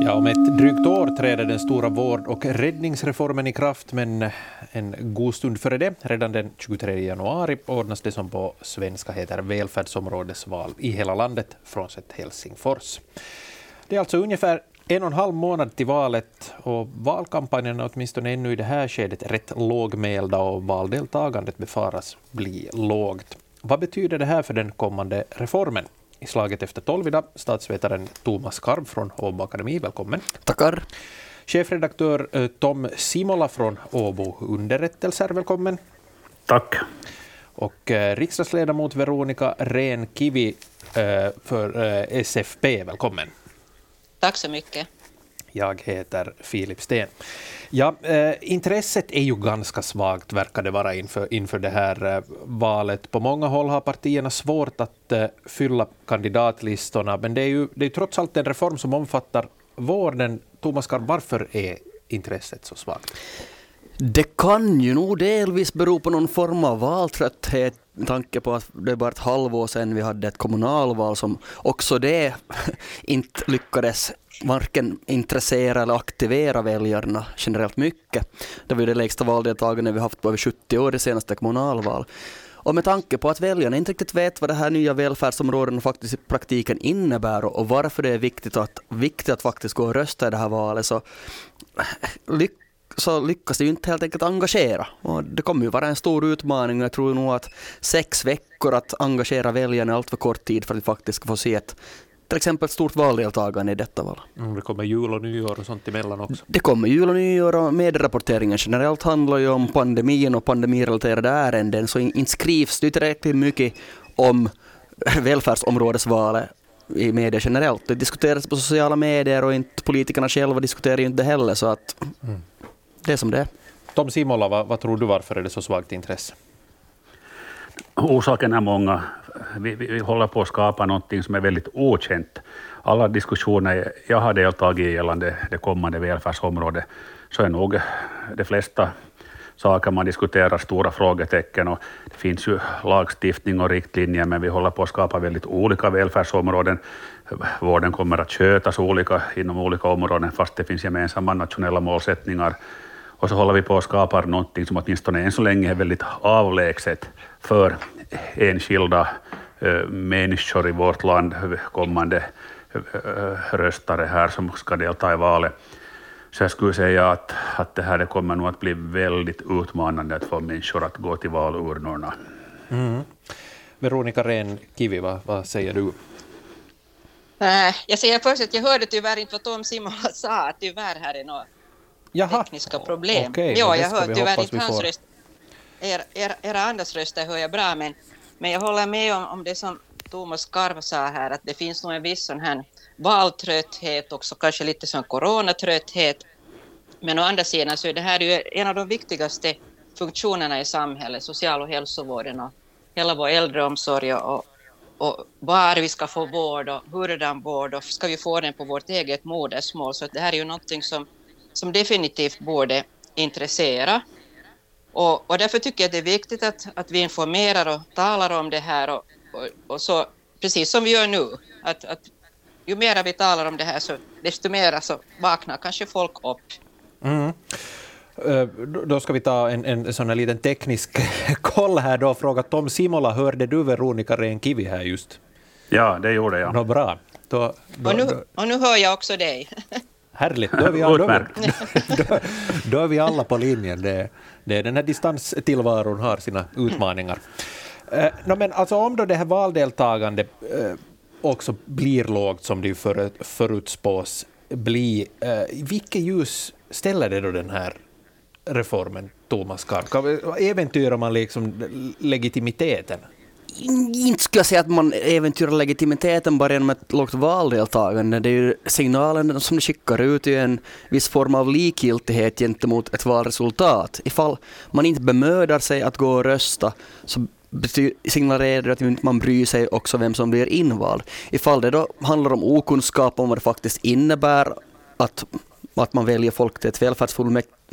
Ja, om ett drygt år träder den stora vård- och räddningsreformen i kraft, men en god stund före det, redan den 23 januari, ordnas det som på svenska heter välfärdsområdesval i hela landet, frånsett Helsingfors. Det är alltså ungefär 1,5 månad till valet och valkampanjen är åtminstone ännu i det här skedet rätt lågmälda och valdeltagandet befaras bli lågt. Vad betyder det här för den kommande reformen? I slaget efter 12 idag, statsvetaren Thomas Karv från Åbo Akademi, välkommen. Tackar. Chefredaktör Tom Simola från Åbo Underrättelser, välkommen. Tack. Och riksdagsledamot Veronica Rehn-Kivi för SFP, välkommen. Tack så mycket. Jag heter Filip Sten. Ja, intresset är ju ganska svagt, verkar det vara inför det här valet. På många håll har partierna svårt att fylla kandidatlistorna, men det är ju trots allt en reform som omfattar vården. Thomas Karl, varför är intresset så svagt? Det kan ju nog delvis bero på någon form av valtrötthet, med tanke på att det var ett halvår sedan vi hade ett kommunalval som också det inte lyckades varken intressera eller aktivera väljarna generellt mycket. Det var ju det lägsta valdeltagande vi haft på över 70 år, det senaste kommunalval. Och med tanke på att väljarna inte riktigt vet vad det här nya välfärdsområden faktiskt i praktiken innebär och varför det är viktigt att faktiskt gå och rösta i det här valet, så lyckas det ju inte helt enkelt engagera. Och det kommer ju vara en stor utmaning, och jag tror nog att 6 veckor att engagera väljarna är allt för kort tid för att vi faktiskt ska få se till exempel ett stort valdeltagande i detta val. Det kommer jul och nyår och sånt emellan också. Det kommer jul och nyår, och medierapporteringen generellt handlar ju om pandemin och pandemirelaterade ärenden, så inte skrivs det tillräckligt mycket om välfärdsområdesvalet i medier generellt. Det diskuteras på sociala medier och inte politikerna själva diskuterar ju inte heller, så att det är som det är. Tom Simola, vad tror du, varför är det så svagt intresse? Orsaken är många. Vi håller på att skapa någonting som är väldigt okänt. Alla diskussioner jag har deltagit i gällande det kommande välfärdsområdet, så är nog de flesta saker man diskuterar stora frågetecken, och det finns ju lagstiftning och riktlinjer, men vi håller på att skapa väldigt olika välfärdsområden. Vården kommer att skötas olika inom olika områden fast det finns gemensamma nationella målsättningar. Och så håller vi på att skapa någonting som åtminstone än så länge är väldigt avlägset för enskilda människor i vårt land, kommande röstare här som ska delta i valet. Så jag skulle säga att det här kommer nog att bli väldigt utmanande att få människor att gå till valurnorna. Veronica Rehn-Kivi, vad säger du? Jag säger först att jag hörde tyvärr inte vad Tom Simola sa, att tyvärr här är några tekniska problem. Okej, ja, jag hör tyvärr inte hans röst. Era andras röster hör jag bra, men jag håller med om det som Thomas Karv sa här, att det finns nog en viss sån här valtrötthet, också kanske lite sån coronatrötthet. Men å andra sidan så är det här ju en av de viktigaste funktionerna i samhället, social- och hälsovården och hela vår äldreomsorg och var vi ska få vård och hurdan vård, och ska vi få den på vårt eget modersmål. Så det här är ju någonting som definitivt borde intressera. Och därför tycker jag att det är viktigt att vi informerar och talar om det här, och så precis som vi gör nu, att ju mer vi talar om det här, så desto mer så vaknar kanske folk upp. Då ska vi ta en sån här liten teknisk koll här då och fråga Tom Simola, hörde du Veronica Rehn-Kivi här just? Ja, det gjorde jag. Bra. Och nu hör jag också dig. Härligt, då är vi alla på linjen. Det är den här distanstillvaron har sina utmaningar. Men alltså om då det här valdeltagande också blir lågt som det förutspås bli, vilket ljus ställer det då den här reformen, Thomas Karv? Äventyrar man liksom legitimiteten? Inte skulle jag säga att man äventyrar legitimiteten bara genom ett lågt valdeltagande. Det är ju signalen som det skickar ut i en viss form av likgiltighet gentemot ett valresultat. Ifall man inte bemödar sig att gå och rösta, så signalerar det att man bryr sig också vem som blir invald. Ifall det då handlar om okunskap om vad det faktiskt innebär att man väljer folk till ett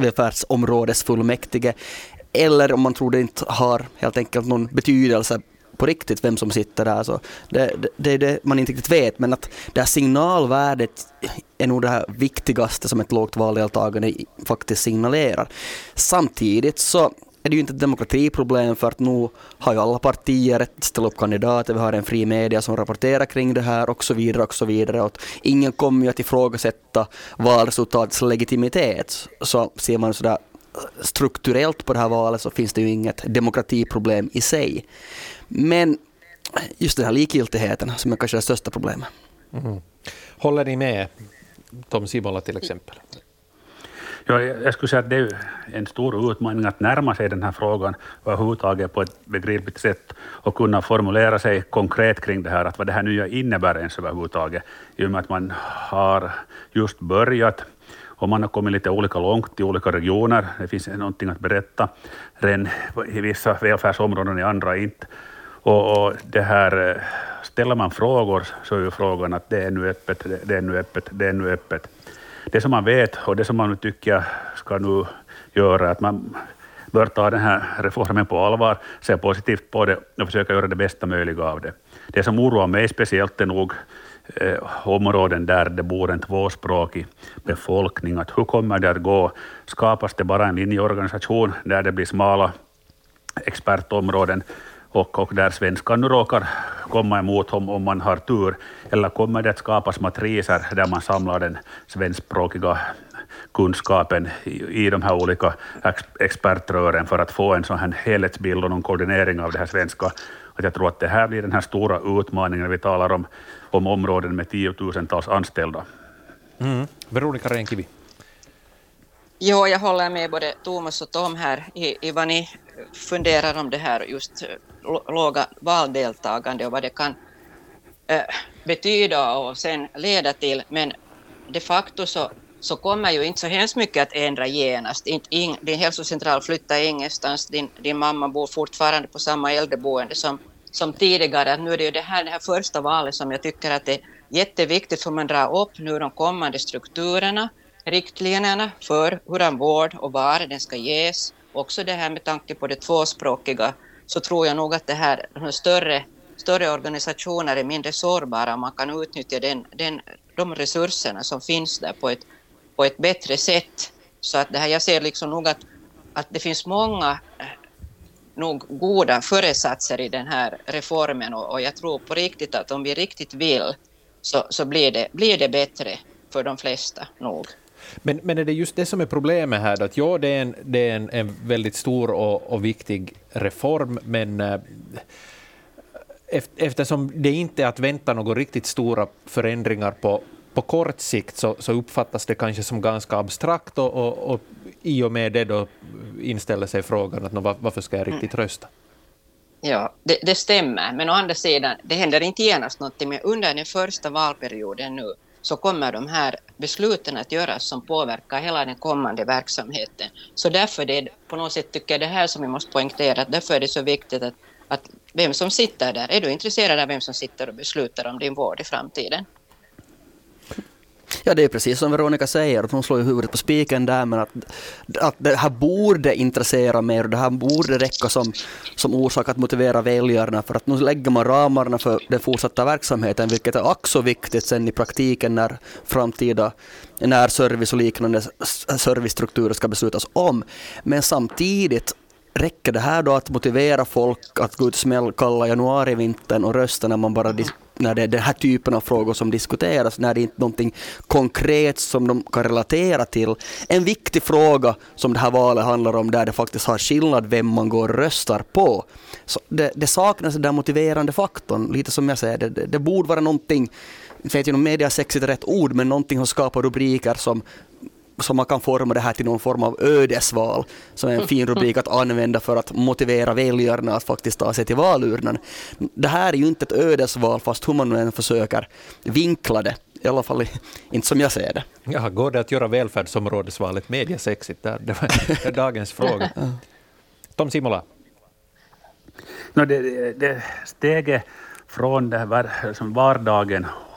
välfärdsområdesfullmäktige, eller om man tror det inte har helt enkelt någon betydelse på riktigt vem som sitter där. Så det är det man inte riktigt vet, men att det här signalvärdet är nog det här viktigaste som ett lågt valdeltagande faktiskt signalerar. Samtidigt så är det ju inte ett demokratiproblem, för att nu har ju alla partier rätt att ställa upp kandidater, vi har en fri media som rapporterar kring det här och så vidare och så vidare. Och ingen kommer ju att ifrågasätta valresultatets legitimitet. Så ser man sådär strukturellt på det här valet så finns det ju inget demokratiproblem i sig. Men just den här likgiltigheten som är kanske det största problemet. Mm. Håller ni med Tom Simola till exempel? Ja, jag skulle säga att det är en stor utmaning att närma sig den här frågan överhuvudtaget på ett begripligt sätt och kunna formulera sig konkret kring det här, att vad det här nya innebär ens överhuvudtaget, i och med att man har just börjat och man har kommit lite olika långt i olika regioner. Det finns någonting att berätta redan i vissa välfärdsområden, i andra inte. Och det här, ställer man frågor så är ju frågan att det är nu öppet, det är nu öppet, det är nu öppet. Det som man vet och det som man nu tycker ska nu göra, att man bör ta den här reformen på allvar, se positivt på det och försöka göra det bästa möjliga av det. Det som oroar mig speciellt är nog områden där det bor en tvåspråkig befolkning. Att hur kommer det att gå? Skapas det bara en linjeorganisation där det blir smala expertområden och där svenskan nu råkar komma emot om man har tur, eller kommer det att skapas matriser där man samlar den svenskspråkiga kunskapen i de här olika expertrören för att få en sån här helhetsbild och någon koordinering av det här svenska. Att jag tror att det här blir den här stora utmaningen vi talar om områden med 10 000-tals anställda. Veronica Rehn-Kivi. Jo, jag håller med både Thomas och Tom här i vad ni funderar om det här just låga valdeltagande och vad det kan betyda och sen leda till. Men de facto så kommer ju inte så hemskt mycket att ändra genast. Din hälsocentral flyttar ingenstans, din mamma bor fortfarande på samma äldreboende som tidigare. Nu är det ju det här första valet som jag tycker att det är jätteviktigt, för man drar upp nu de kommande strukturerna, riktlinjerna för hur en vård och var den ska ges. Också det här med tanke på det tvåspråkiga, så tror jag nog att det här, de större organisationer är mindre sårbara och man kan utnyttja de resurserna som finns där på ett bättre sätt. Så att det här, jag ser liksom nog att det finns många nog goda föresatser i den här reformen och jag tror på riktigt att om vi riktigt vill så blir det bättre för de flesta nog. Men är det just det som är problemet här? Att ja, det är en väldigt stor och viktig reform, men eftersom det inte är att vänta några riktigt stora förändringar på kort sikt så uppfattas det kanske som ganska abstrakt och i och med det då inställer sig frågan att varför ska jag riktigt rösta? Ja, det stämmer. Men å andra sidan, det händer inte genast någonting. Men under den första valperioden nu så kommer de här besluten att göras som påverkar hela den kommande verksamheten. Så därför det på något sätt tycker jag det här som vi måste poängtera, att därför är det så viktigt att vem som sitter där, är du intresserad av vem som sitter och beslutar om din vård i framtiden? Ja, det är precis som Veronica säger, att hon slår ju huvudet på spiken där, men att det här borde intressera mer och det här borde räcka som orsak att motivera väljarna, för att nu lägger man ramarna för den fortsatta verksamheten, vilket är också viktigt sen i praktiken när framtida närservice och liknande servicestrukturer ska beslutas om. Men samtidigt räcker det här då att motivera folk att gå ut och smällkalla januarivintern och rösta när man bara när det är den här typen av frågor som diskuteras, när det inte är någonting konkret som de kan relatera till. En viktig fråga som det här valet handlar om, där det faktiskt har skillnad vem man går och röstar på. Så det saknas den där motiverande faktorn, lite som jag säger. Det borde vara någonting, jag vet inte om mediasexigt är rätt ord, men någonting som skapar rubriker som man kan forma det här till någon form av ödesval, som är en fin rubrik att använda för att motivera väljarna att faktiskt ta sig till valurnan. Det här är ju inte ett ödesval, fast hur man än försöker vinkla det, i alla fall inte som jag ser det. Ja, går det att göra välfärdsområdesvalet mediasexigt? Det var dagens fråga. Tom Simola. Det steget från det här, som vardagen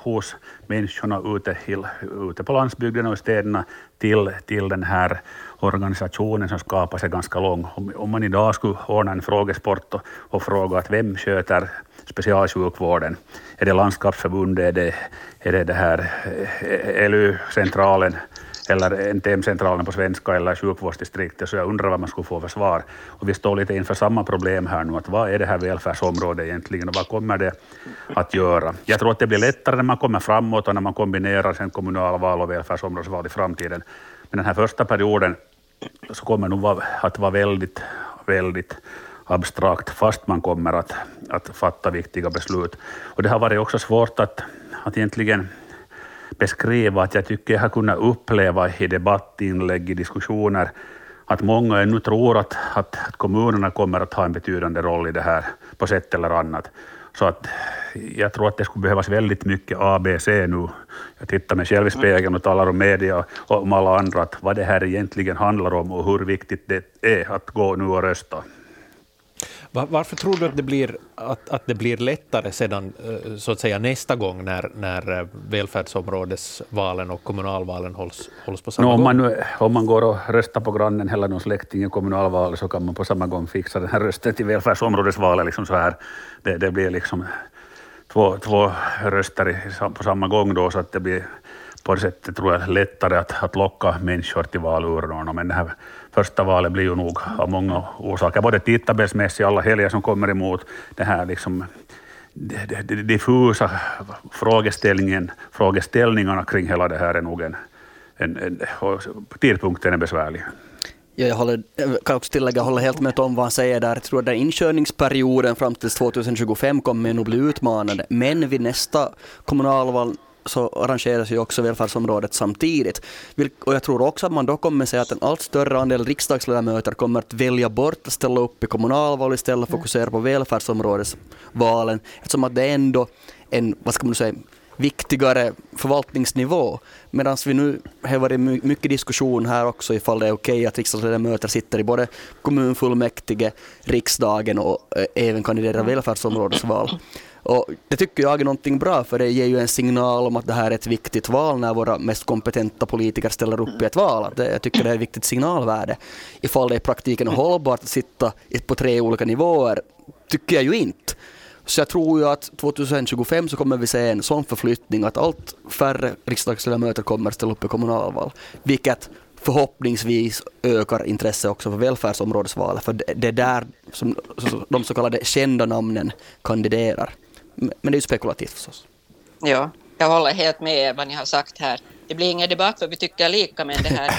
hos människorna ute på landsbygden och i städerna till den här organisationen som skapar sig ganska lång. Om man idag skulle ordna en frågesport och fråga att vem sköter specialsjukvården? Är det landskapsförbundet, är det här LU-centralen eller NTM-centralen på svenska eller sjukvårdsdistriktet, så jag undrar vad man skulle få för svar. Och vi står lite inför samma problem här nu, att vad är det här välfärdsområdet egentligen och vad kommer det att göra? Jag tror att det blir lättare när man kommer framåt och när man kombinerar sen kommunalval och välfärdsområdesval i framtiden. Men den här första perioden så kommer nog att vara väldigt, väldigt abstrakt fast man kommer att fatta viktiga beslut. Och det har varit också svårt att egentligen beskriva, att jag tycker jag har kunnat uppleva i debattinlägg, i diskussioner, att många ännu tror att kommunerna kommer att ha en betydande roll i det här på sätt eller annat. Så att jag tror att det skulle behövas väldigt mycket ABC nu. Jag tittar mig själv i spegeln och talar om media och om alla andra, att vad det här egentligen handlar om och hur viktigt det är att gå nu och rösta. Varför tror du att det blir lättare sedan, så att säga, nästa gång när välfärdsområdesvalen och kommunalvalen hålls på samma gång? Om man går och röstar på grannen eller någon släkting i kommunalvalet, så kan man på samma gång fixa den här rösten till välfärdsområdesvalet. Liksom så här. Det blir liksom två röster på samma gång då, så att det blir på det sättet, tror jag, lättare att locka människor till valurnorna. Men det här första valet blir ju nog av många orsaker, både tidtabellsmässigt, alla helger som kommer emot, det här liksom diffusa frågeställningarna kring hela det här är nog tidpunkten är besvärlig. Ja, jag kan också tillägga, jag håller helt med om vad han säger där. Jag tror att den inkörningsperioden fram till 2025 kommer nog bli utmanande, men vid nästa kommunalval så arrangeras ju också välfärdsområdet samtidigt. Och jag tror också att man då kommer säga att en allt större andel riksdagsledamöter kommer att välja bort att ställa upp i kommunalval istället för att fokusera på välfärdsområdesvalen, eftersom att det är ändå en, vad ska man säga, viktigare förvaltningsnivå. Medan vi nu har varit mycket diskussion här också ifall det är okej att riksdagsledamöter sitter i både kommunfullmäktige, riksdagen och även kandiderar välfärdsområdesval. Och det tycker jag är någonting bra, för det ger ju en signal om att det här är ett viktigt val när våra mest kompetenta politiker ställer upp i ett val. Jag tycker det är ett viktigt signalvärde. Ifall det i praktiken är hållbart att sitta på 3 olika nivåer, tycker jag ju inte. Så jag tror ju att 2025 så kommer vi se en sån förflyttning att allt färre riksdagsledamöter kommer att ställa upp i kommunalval, vilket förhoppningsvis ökar intresse också för välfärdsområdesvalet, för det är där som de så kallade kända namnen kandiderar. Men det är ju spekulativt förstås. Ja, jag håller helt med vad ni har sagt här. Det blir ingen debatt för vi tycker lika, men det här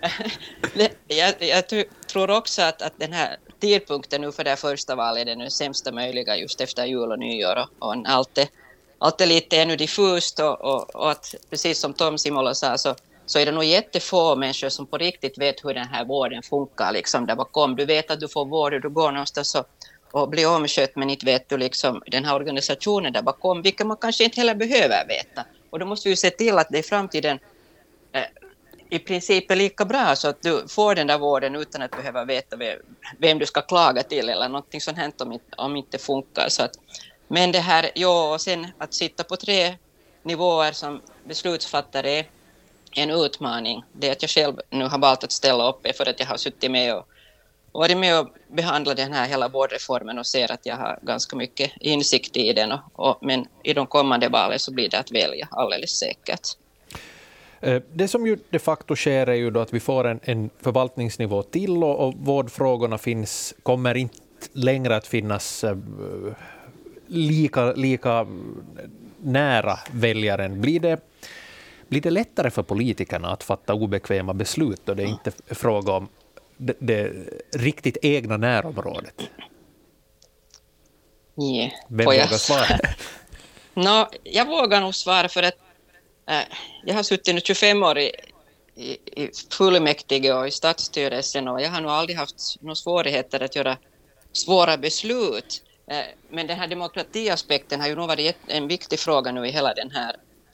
jag tror också att den här tidpunkten nu för det första valet är den nu sämsta möjliga just efter jul och nyår, och allt är lite ännu diffust och att precis som Tom Simola sa så är det nog jättefå människor som på riktigt vet hur den här vården funkar liksom där bakom. Du vet att du får vård och du går någonstans och blir omskött, men inte vet du liksom den här organisationen där bakom, vilket man kanske inte heller behöver veta. Och då måste vi se till att det i framtiden i princip är lika bra, så att du får den där vården utan att behöva veta vem du ska klaga till eller någonting sånt här om inte funkar. Så att, men det här, ja, och sen att sitta på 3 nivåer som beslutsfattare är en utmaning. Det är att jag själv nu har valt att ställa upp för att jag har suttit med och varit med och behandlat den här hela vårdreformen och ser att jag har ganska mycket insikt i den. Men i de kommande valen så blir det att välja alldeles säkert. Det som ju de facto sker är ju då att vi får en förvaltningsnivå till och vårdfrågorna kommer inte längre att finnas lika nära väljaren. Blir det lättare för politikerna att fatta obekväma beslut och det är inte fråga om det riktigt egna närområdet? Yeah. Vem vågar svara? Jag vågar nog svara för att jag har suttit nu 25 år i fullmäktige och i stadsstyrelsen och jag har nog aldrig haft några svårigheter att göra svåra beslut. Men den här demokratiaspekten har ju nog varit en viktig fråga nu i hela den här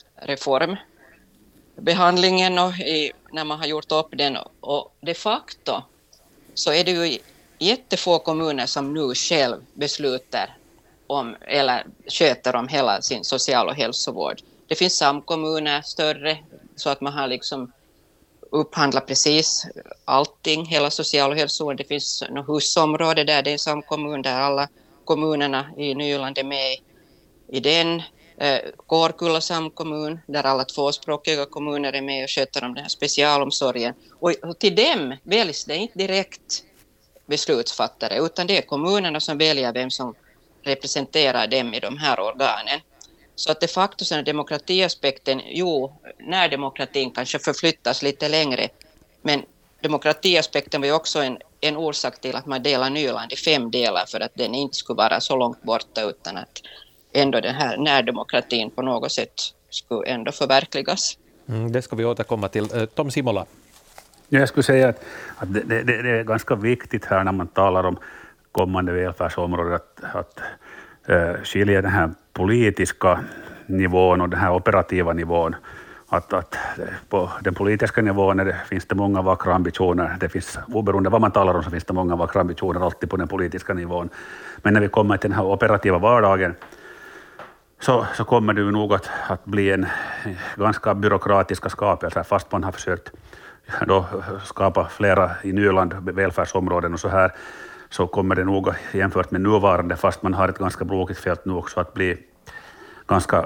reformbehandlingen och när man har gjort upp den. Och de facto så är det ju jättefå kommuner som nu själv beslutar om eller sköter om hela sin social- och hälsovård. Det finns samkommuner större så att man har liksom upphandlat precis allting, hela social- och hälsovården. Det finns något husområde där det är en samkommun där alla kommunerna i Nyland är med i den. Kårkulla samkommun där alla tvåspråkiga kommuner är med och sköter om den här specialomsorgen. Och till dem väljs det inte direkt beslutsfattare utan det är kommunerna som väljer vem som representerar dem i de här organen. Så att de facto sen demokratiaspekten, när demokratin kanske förflyttas lite längre, men demokratiaspekten var ju också en orsak till att man delar Nyland i 5 delar för att den inte skulle vara så långt borta utan att ändå den här närdemokratin på något sätt skulle ändå förverkligas. Det ska vi återkomma till. Tom Simola. Jag skulle säga att det är ganska viktigt här när man talar om kommande välfärdsområden att skilja den här politiska nivån och den här operativa nivån. Att på den politiska nivån finns det många vackra ambitioner. Det finns, oberoende vad man talar om så finns det många vackra ambitioner alltid på den politiska nivån. Men när vi kommer till den här operativa vardagen så kommer det ju nog att bli en ganska byråkratiska skapelser fast man har försökt då skapa flera i Nyland välfärdsområden och så här, så kommer det nog jämfört med nuvarande, fast man har ett ganska brokigt fält nu också, att bli ganska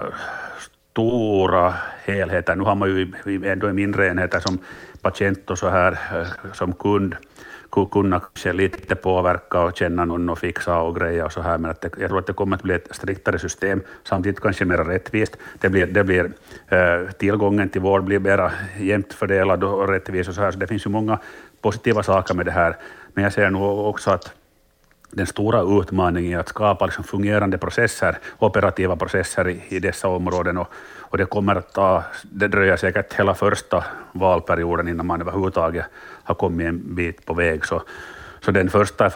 stora helheter. Nu har man ju ändå mindre enheter som patient och så här, som kund kunna kanske lite påverka och känna någon och fixa och greja och så här, men jag tror att det kommer att bli ett striktare system, samtidigt kanske mer rättvist. Det blir tillgången till vård blir mer jämnt fördelad och rättvis och så här, så det finns ju många positiva saker med det här, men jag ser nog också att den stora utmaningen är att skapa liksom fungerande processer, operativa processer i dessa områden, och det kommer att det dröjer säkert hela första valperioden innan man överhuvudtaget har kommit en bit på väg. Så den första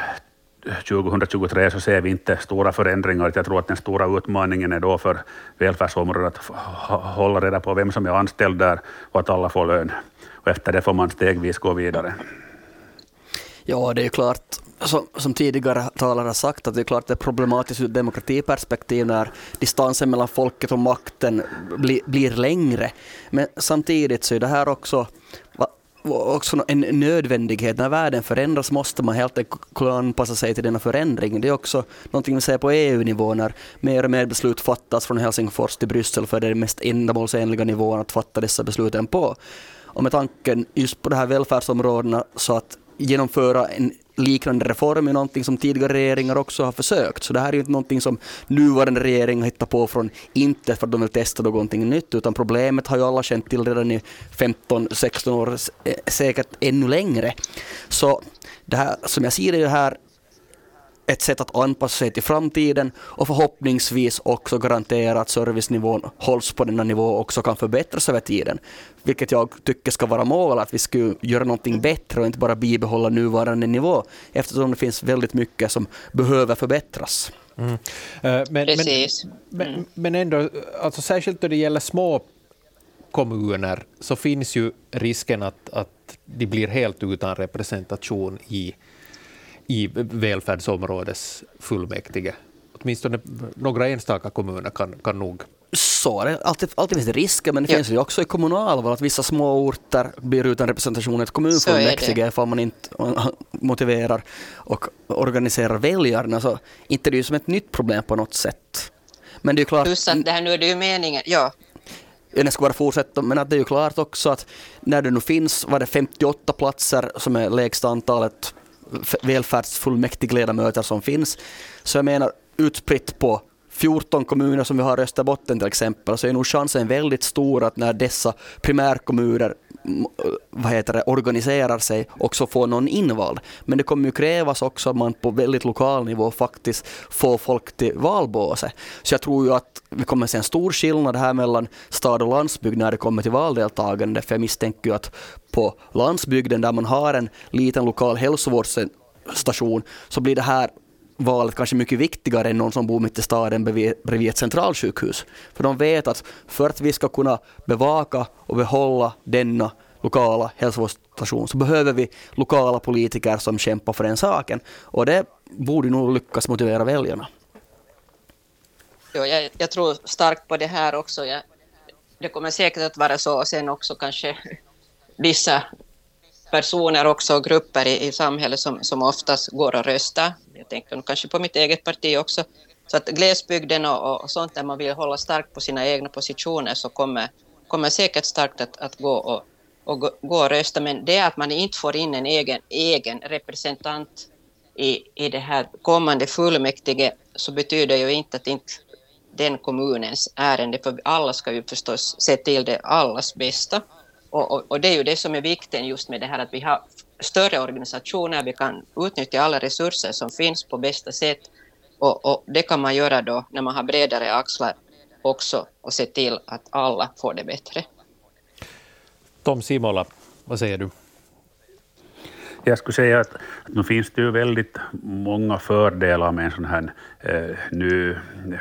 2023 så ser vi inte stora förändringar. Jag tror att den stora utmaningen är då för välfärdsområdet att hålla reda på vem som är anställd där och att alla får lön. Och efter det får man stegvis gå vidare. Ja, det är ju klart, som tidigare talare har sagt, att det är klart det är problematiskt ur demokratiperspektiv när distansen mellan folket och makten blir längre. Men samtidigt så är det här också en nödvändighet. När världen förändras måste man helt enkelt anpassa sig till denna förändring. Det är också någonting vi ser på EU-nivå när mer och mer beslut fattas från Helsingfors till Bryssel, för det är den mest ändamålsenliga nivån att fatta dessa besluten på. Och med tanken just på det här välfärdsområdena, så att genomföra en liknande reform är någonting som tidigare regeringar också har försökt. Så det här är ju inte någonting som nuvarande regering hittar på från intet för att de vill testa någonting nytt, utan problemet har ju alla känt till redan i 15-16 år, säkert ännu längre. Så det här, som jag ser det här, ett sätt att anpassa sig till framtiden och förhoppningsvis också garantera att servicenivån hålls på denna nivå och också kan förbättras över tiden. Vilket jag tycker ska vara mål, att vi ska göra någonting bättre och inte bara bibehålla nuvarande nivå, eftersom det finns väldigt mycket som behöver förbättras. Men ändå, alltså särskilt då det gäller små kommuner så finns ju risken att de blir helt utan representation i välfärdsområdes fullmäktige. Åtminstone några enstaka kommuner kan nog. Så det alltid finns det risker, men det finns ju också i kommunalval att vissa små orter blir utan representation i ett kommunfullmäktige ifall man inte motiverar och organiserar väljarna. Så inte det är ju som ett nytt problem på något sätt. Men det är klart. Plus att det här nu är det ju meningen, Jag ska bara fortsätta, men att det är ju klart också att när det nu finns 58 platser som är lägsta antalet välfärdsfullmäktigeledamöter som finns, så jag menar utspritt på 14 kommuner som vi har i Österbotten till exempel, så är nog chansen väldigt stor att när dessa primärkommuner organiserar sig också får någon invald. Men det kommer ju krävas också att man på väldigt lokal nivå faktiskt får folk till valbåse. Så jag tror ju att vi kommer att se en stor skillnad här mellan stad och landsbygd när det kommer till valdeltagande, för jag misstänker ju att på landsbygden där man har en liten lokal hälsovårdsstation så blir det här valet kanske mycket viktigare än någon som bor mitt i staden bredvid ett centralsjukhus. För de vet att för att vi ska kunna bevaka och behålla denna lokala hälsovårdsstation så behöver vi lokala politiker som kämpar för den saken. Och det borde nog lyckas motivera väljarna. Jag tror starkt på det här också. Det kommer säkert att vara så, och sen också kanske vissa personer också och grupper i samhället som oftast går och röstar. Jag tänker kanske på mitt eget parti också. Så att glesbygden och sånt där man vill hålla starkt på sina egna positioner, så kommer säkert starkt att gå och rösta. Men det är att man inte får in en egen representant i det här kommande fullmäktige, så betyder ju inte att inte den kommunens ärende, för alla ska ju förstås se till det allas bästa. Och det är ju det som är viktigt just med det här, att vi har större organisationer, vi kan utnyttja alla resurser som finns på bästa sätt, och det kan man göra då när man har bredare axlar också, och se till att alla får det bättre. Tom Simola, vad säger du? Jag skulle säga att nu finns det ju väldigt många fördelar med en sån här nu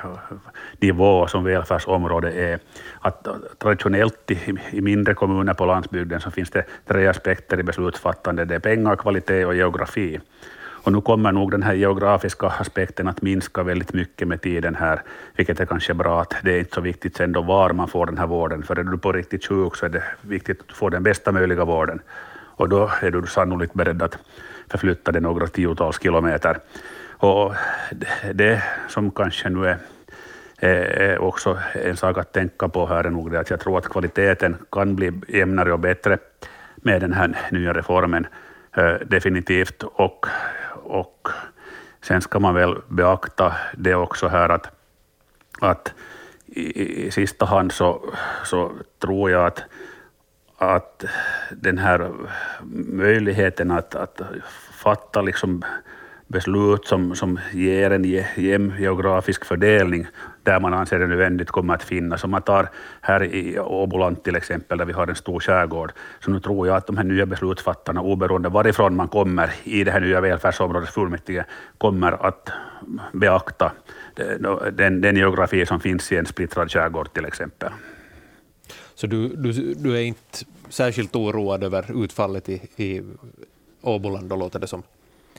nivå som välfärdsområde är. Att traditionellt i mindre kommuner på landsbygden så finns det 3 aspekter i beslutsfattande. Det är pengar, kvalitet och geografi. Och nu kommer nog den här geografiska aspekten att minska väldigt mycket med tiden här, vilket är kanske bra, att det är inte så viktigt sen då var man får den här vården. För är du på riktigt sjuk så är det viktigt att få den bästa möjliga vården. Och då är du sannolikt beredd att förflytta det några tiotals kilometer. Och det som kanske nu är också en sak att tänka på här är nog det att jag tror att kvaliteten kan bli jämnare och bättre med den här nya reformen. Definitivt. Och sen ska man väl beakta det också här att i sista hand så tror jag att den här möjligheten att fatta liksom beslut som ger en jämn geografisk fördelning där man anser det nödvändigt kommer att finnas. Om man tar här i Åboland till exempel, där vi har en stor skärgård, så nu tror jag att de här nya beslutsfattarna, oberoende varifrån man kommer i det här nya välfärdsområdets fullmäktige, kommer att beakta den geografi som finns i en splittrad skärgård till exempel. Så du är inte särskilt oroad över utfallet i Åboland, då låter det som?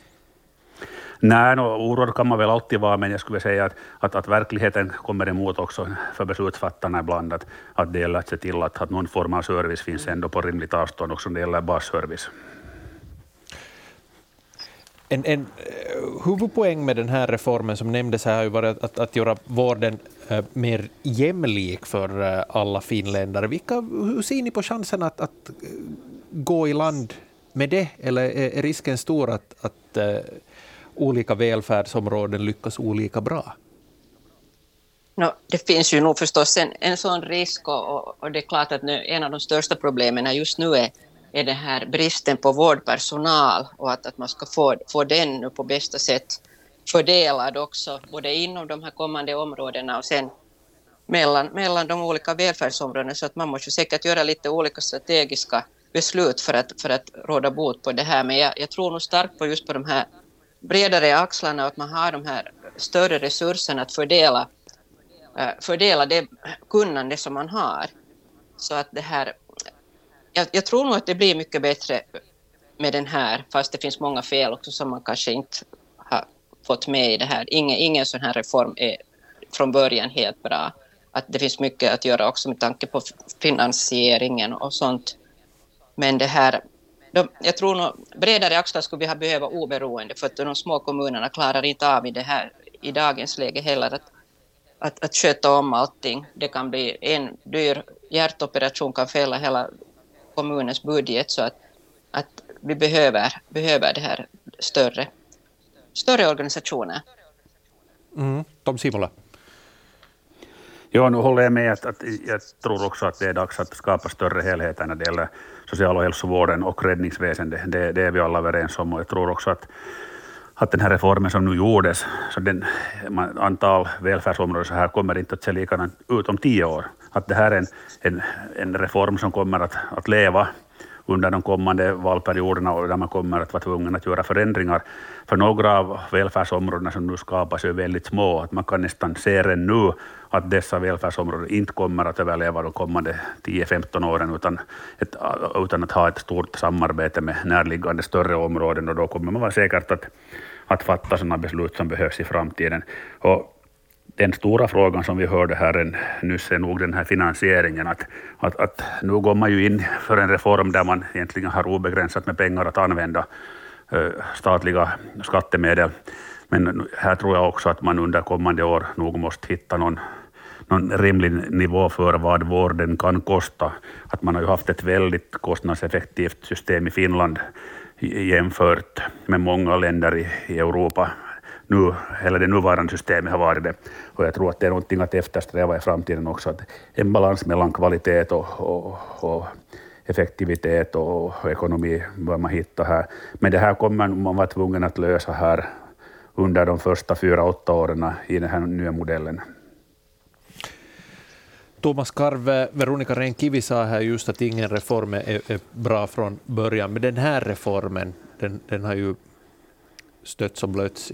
Nej, oroad kan man väl alltid vara, men jag skulle säga att verkligheten kommer emot också för beslutsfattarna ibland, att det gäller att se till att någon form av service finns ändå på rimligt avstånd också när det gäller basservice. En huvudpoäng med den här reformen som nämndes här har ju varit att göra vården mer jämlik för alla finländare. Hur ser ni på chansen att gå i land med det? Eller är risken stor att olika välfärdsområden lyckas olika bra? Det finns ju nog förstås en sån risk, och det är klart att nu, en av de största problemen just nu är det här bristen på vårdpersonal, och att man ska få den nu på bästa sätt fördelad också, både inom de här kommande områdena och sen mellan de olika välfärdsområdena, så att man måste säkert göra lite olika strategiska beslut för att råda bot på det här. Men jag tror nog starkt på just på de här bredare axlarna, att man har de här större resurserna att fördela det kunnande som man har. Så att det här, jag tror nog att det blir mycket bättre med den här, fast det finns många fel också som man kanske inte har fått med i det här. Ingen sån här reform är från början helt bra. Att det finns mycket att göra också med tanke på finansieringen och sånt. Men det här, jag tror nog bredare axlar skulle vi ha behöva oberoende, för att de små kommunerna klarar inte av i dagens läge heller att sköta om allting. Det kan bli en dyr hjärtoperation kan fälla hela kommunens budget, så att vi behöver det här större organisationer. Tom Simola. Ja, nu håller jag med att jag tror också att det är dags att skapa större helheter när det gäller social- och hälsovården och räddningsväsendet. Det är vi alla överens om, och jag tror också att den här reformen som nu gjordes, så antal välfärdsområden så här kommer inte att se likadant ut om 10 år. Att det här är en reform som kommer att leva under de kommande valperioderna, och där man kommer att vara tvungen att göra förändringar. För några av välfärdsområdena som nu skapas är väldigt små, att man kan nästan se redan nu att dessa välfärdsområden inte kommer att överleva de kommande 10-15 åren utan att ha ett stort samarbete med närliggande större områden, och då kommer man vara säkert att fatta sådana beslut som behövs i framtiden. Och den stora frågan som vi hörde här nyss är nog den här finansieringen. Att nu går man ju in för en reform där man egentligen har obegränsat med pengar att använda statliga skattemedel. Men här tror jag också att man under kommande år nog måste hitta någon rimlig nivå för vad vården kan kosta. Att man har ju haft ett väldigt kostnadseffektivt system i Finland jämfört med många länder i Europa. Nu, hela det nuvarande systemet har varit det. Och jag tror att det är någonting att eftersträva i framtiden också. Att en balans mellan kvalitet och effektivitet och ekonomi bör man hitta här. Men det här kommer man vara tvungen att lösa här under de första 4-8 åren i den här nya modellen. Thomas Karve, Veronica Rehn-Kivi sa här just att ingen reform är bra från början. Men den här reformen, den har ju stötts och blötts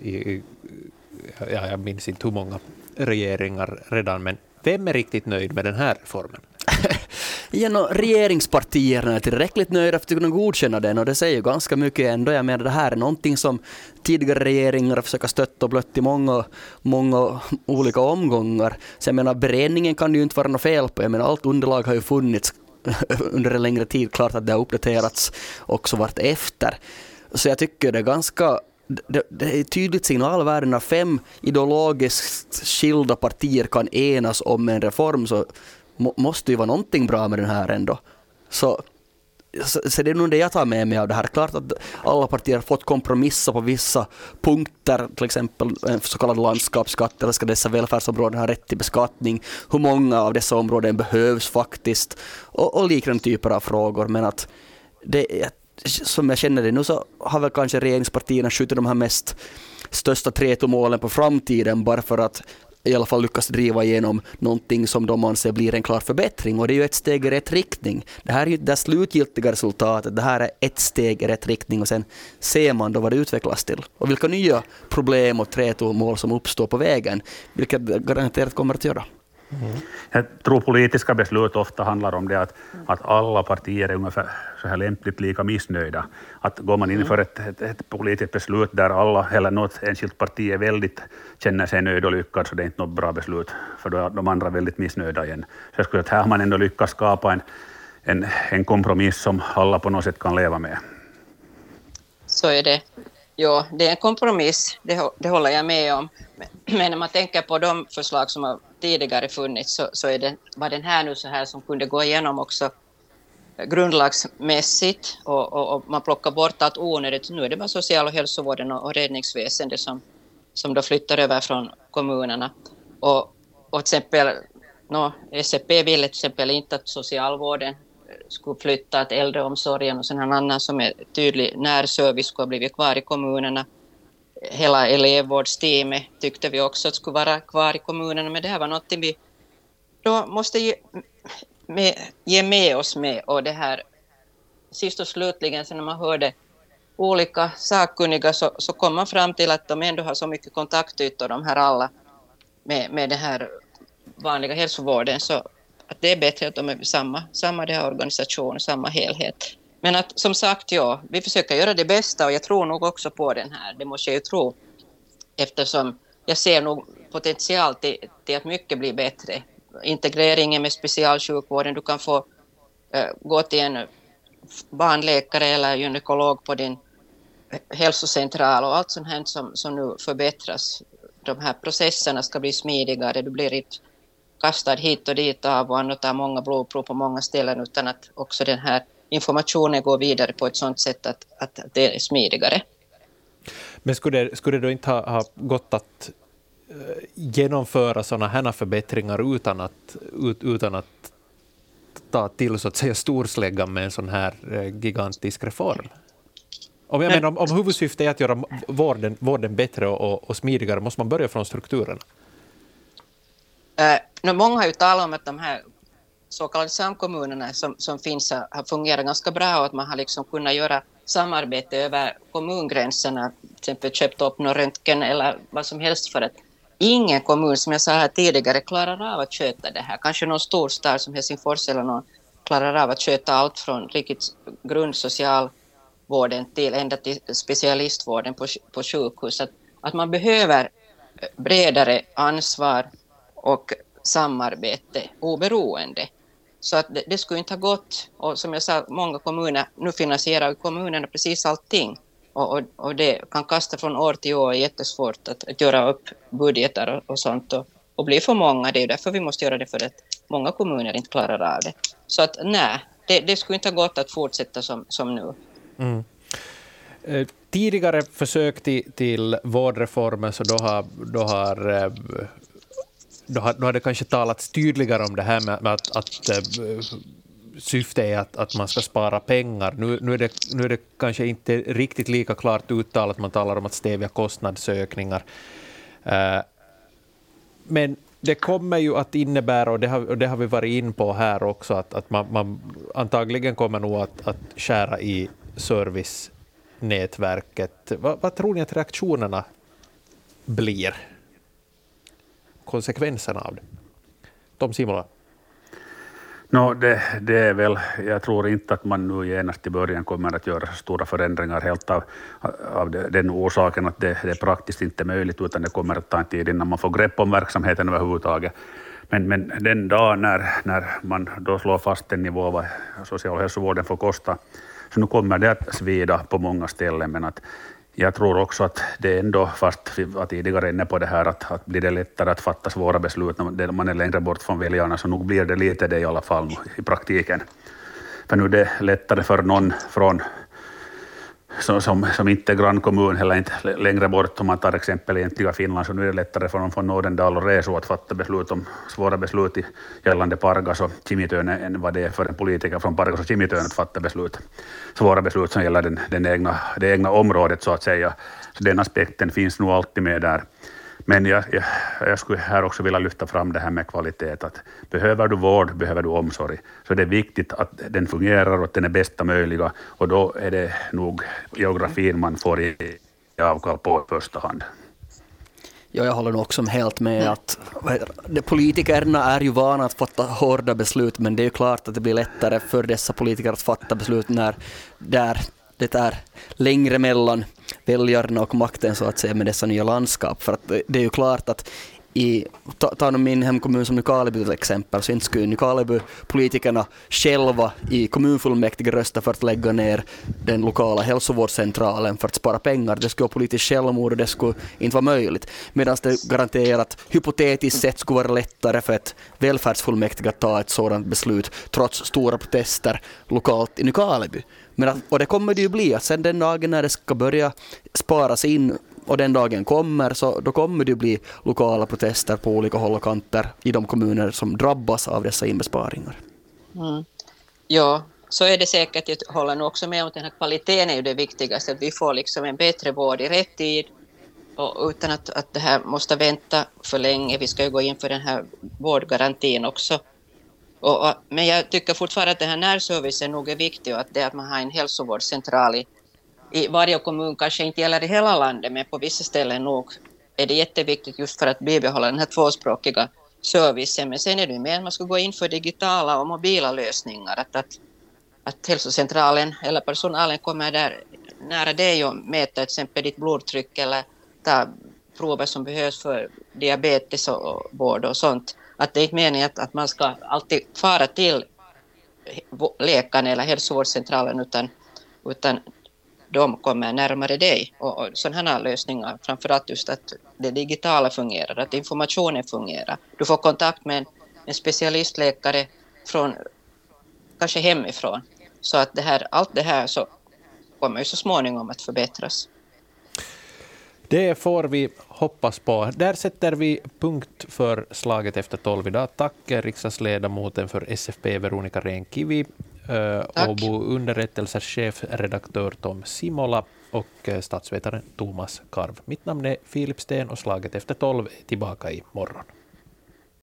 jag minns inte hur många regeringar redan, men vem är riktigt nöjd med den här reformen? Regeringspartierna är tillräckligt nöjda för att kunna godkänna den, och det säger ju ganska mycket ändå. Jag menar, det här är någonting som tidigare regeringar försöker stötta och blött i många olika omgångar. Så jag menar, beredningen kan det ju inte vara något fel på. Jag menar, allt underlag har ju funnits under en längre tid. Klart att det har uppdaterats också vart efter. Så jag tycker det är ganska... Det är tydligt signalvärde när 5 ideologiskt skilda partier kan enas om en reform, så måste ju vara någonting bra med den här ändå. Så det är nog det jag tar med mig av det här. Klart att alla partier har fått kompromissa på vissa punkter, till exempel en så kallad landskapsskatt, eller ska dessa välfärdsområden ha rätt till beskattning, hur många av dessa områden behövs faktiskt, och liknande typer av frågor. Men att det, som jag känner det nu, så har väl kanske regeringspartierna skjutit de här största trätomålen på framtiden, bara för att i alla fall lyckas driva igenom någonting som de anser blir en klar förbättring. Och det är ju ett steg i rätt riktning. Det här är ju det slutgiltiga resultatet. Det här är ett steg i rätt riktning, och sen ser man då vad det utvecklas till. Och vilka nya problem och trätomål som uppstår på vägen, vilket garanterat kommer att göra. Mm. Jag tror politiska beslut ofta handlar om det att alla partier är ungefär så här lämpligt lika missnöjda. Att går man in för ett politiskt beslut där alla eller något enskilt parti är väldigt känner sig nöjd och lyckad, så det är inte något bra beslut, för då är de andra väldigt missnöjda igen. Så jag skulle säga att här har man ändå lyckats skapa en kompromiss som alla på något sätt kan leva med. Så är det. Ja, det är en kompromiss, det håller jag med om. Men när man tänker på de förslag som har tidigare funnits, så var den här nu så här som kunde gå igenom också grundlagsmässigt, och man plockar bort allt onödigt. Nu är det bara social- och hälsovården och räddningsväsendet som då flyttar över från kommunerna. Och till exempel, SCP ville till exempel inte att socialvården skulle flytta, till äldreomsorgen och sån annan som är tydlig närservice skulle ha blivit kvar i kommunerna. Hela elevvårdsteamet tyckte vi också att skulle vara kvar i kommunerna, men det här var något vi då måste ge med oss med. Och det här sist och slutligen, sen när man hörde olika sakkunniga, så kom man fram till att de ändå har så mycket kontaktytor, de här alla med den här vanliga hälsovården, så att det är bättre att de är samma det här organisation, samma helhet. Men att som sagt, ja, vi försöker göra det bästa, och jag tror nog också på den här. Det måste jag ju tro, eftersom jag ser nog potential till att mycket blir bättre. Integreringen med specialsjukvården, du kan få gå till en barnläkare eller gynekolog på din hälsocentral, och allt sånt här som nu förbättras. De här processerna ska bli smidigare, du blir inte kastad hit och dit av och annat, tar många blodprov på många ställen, utan att också den här informationen går vidare på ett sådant sätt att det är smidigare. Men skulle det då inte ha gått att genomföra sådana här förbättringar utan att ta till så att säga storsläggan med en sån här gigantisk reform? Om huvudsyftet är att göra vården bättre och smidigare, måste man börja från strukturerna? Många har ju talat om att de här så kallade samkommunerna som finns har fungerat ganska bra, och att man har liksom kunnat göra samarbete över kommungränserna, till exempel köpt upp någon röntgen eller vad som helst, för att ingen kommun, som jag sa här tidigare, klarar av att köta det här. Kanske någon stor stad som Helsingfors eller någon klarar av att köta allt från riktigt grundsocialvården till ända till specialistvården på sjukhus. Att man behöver bredare ansvar och samarbete oberoende. Så att det skulle inte ha gått. Och som jag sa, många kommuner, nu finansierar kommunerna precis allting. Och det kan kasta från år till år, jättesvårt att göra upp budgetar och sånt och bli för många. Det är därför vi måste göra det, för att många kommuner inte klarar av det. Så att nej, det skulle inte ha gått att fortsätta som nu. Mm. Tidigare försök till vårdreformen, så då har det kanske talats tydligare om det här med att syftet är att man ska spara pengar. Nu är det kanske inte riktigt lika klart uttalat. Man talar om att stävja kostnadsökningar. Men det kommer ju att innebära, och det har vi varit in på här också, att man antagligen kommer nog att skära i servicenätverket. Vad tror ni att reaktionerna blir? Konsekvenserna av det? Tom Simola? Det är väl, jag tror inte att man nu genast i början kommer att göra så stora förändringar helt av den orsaken att det är praktiskt inte möjligt, utan det kommer att ta en tid innan man får grepp om verksamheten överhuvudtaget. Men den dag när man då slår fast en nivå vad social- och hälsovården får kosta, så nu kommer det att svida på många ställen, men att jag tror också att det är ändå, fast vi var tidigare inne på det här, att blir det lättare att fatta svåra beslut när man är längre bort från väljarna, så nog blir det lite det i alla fall i praktiken. För nu är det lättare för någon som inte är grannkommun eller inte längre bort, om man tar exempel egentliga Finland, så nu är det lättare för någon från Nordendal och Reso att fatta beslut om svåra beslut gällande Pargas och Kimitön än vad det är för en politiker från Pargas och Kimitön att fatta svåra beslut som gäller det egna området så att säga. Så den aspekten finns nog alltid med där. Men jag skulle här också vilja lyfta fram det här med kvalitet. Att behöver du vård, behöver du omsorg. Så det är viktigt att den fungerar och att den är bästa möjliga. Och då är det nog geografin man får i avkall på första hand. Ja, jag håller nog också helt med att politikerna är ju vana att fatta hårda beslut, men det är ju klart att det blir lättare för dessa politiker att fatta beslut när det är längre mellan väljarna och makten så att säga med dessa nya landskap. För att det är ju klart att ta min hemkommun som Nykarleby till exempel, så inte skulle Nykarleby-politikerna själva i kommunfullmäktige rösta för att lägga ner den lokala hälsovårdscentralen för att spara pengar. Det skulle vara politiskt självmord och det skulle inte vara möjligt. Medan det garanterat hypotetiskt sett skulle vara lättare för ett välfärdsfullmäktige att ta ett sådant beslut trots stora protester lokalt i Nykarleby. Och det kommer det ju bli att sen den dagen när det ska börja sparas in och den dagen kommer, så då kommer det ju bli lokala protester på olika håll och kanter i de kommuner som drabbas av dessa inbesparingar. Mm. Ja, så är det säkert. Jag håller nog också med om att den här kvaliteten är ju det viktigaste, att vi får liksom en bättre vård i rätt tid och utan att det här måste vänta för länge. Vi ska ju gå in för den här vårdgarantin också. Men jag tycker fortfarande att den här närservicen nog är viktig och att man har en hälsovårdscentral i varje kommun, kanske inte gäller i hela landet, men på vissa ställen nog är det jätteviktigt just för att bibehålla den här tvåspråkiga servicen. Men sen är det ju mer att man ska gå in för digitala och mobila lösningar, att hälsocentralen eller personalen kommer där nära dig och mäter till exempel ditt blodtryck eller ta prover som behövs för diabetes och vård och sånt. Att det är inte meningen att man ska alltid fara till läkaren eller hälsovårdscentralen utan de kommer närmare dig. Och sådana här lösningar, framförallt just att det digitala fungerar, att informationen fungerar. Du får kontakt med en specialistläkare från kanske hemifrån. Så att allt det här så kommer ju så småningom att förbättras. Det får vi hoppas på. Där sätter vi punkt för slaget efter 12 idag. Tack riksdagsledamoten för SFP Veronica Rehn-Kivi, Åbo underrättelsers chefredaktör Tom Simola och statsvetaren Thomas Karv. Mitt namn är Filip Sten och slaget efter 12 är tillbaka i morgon.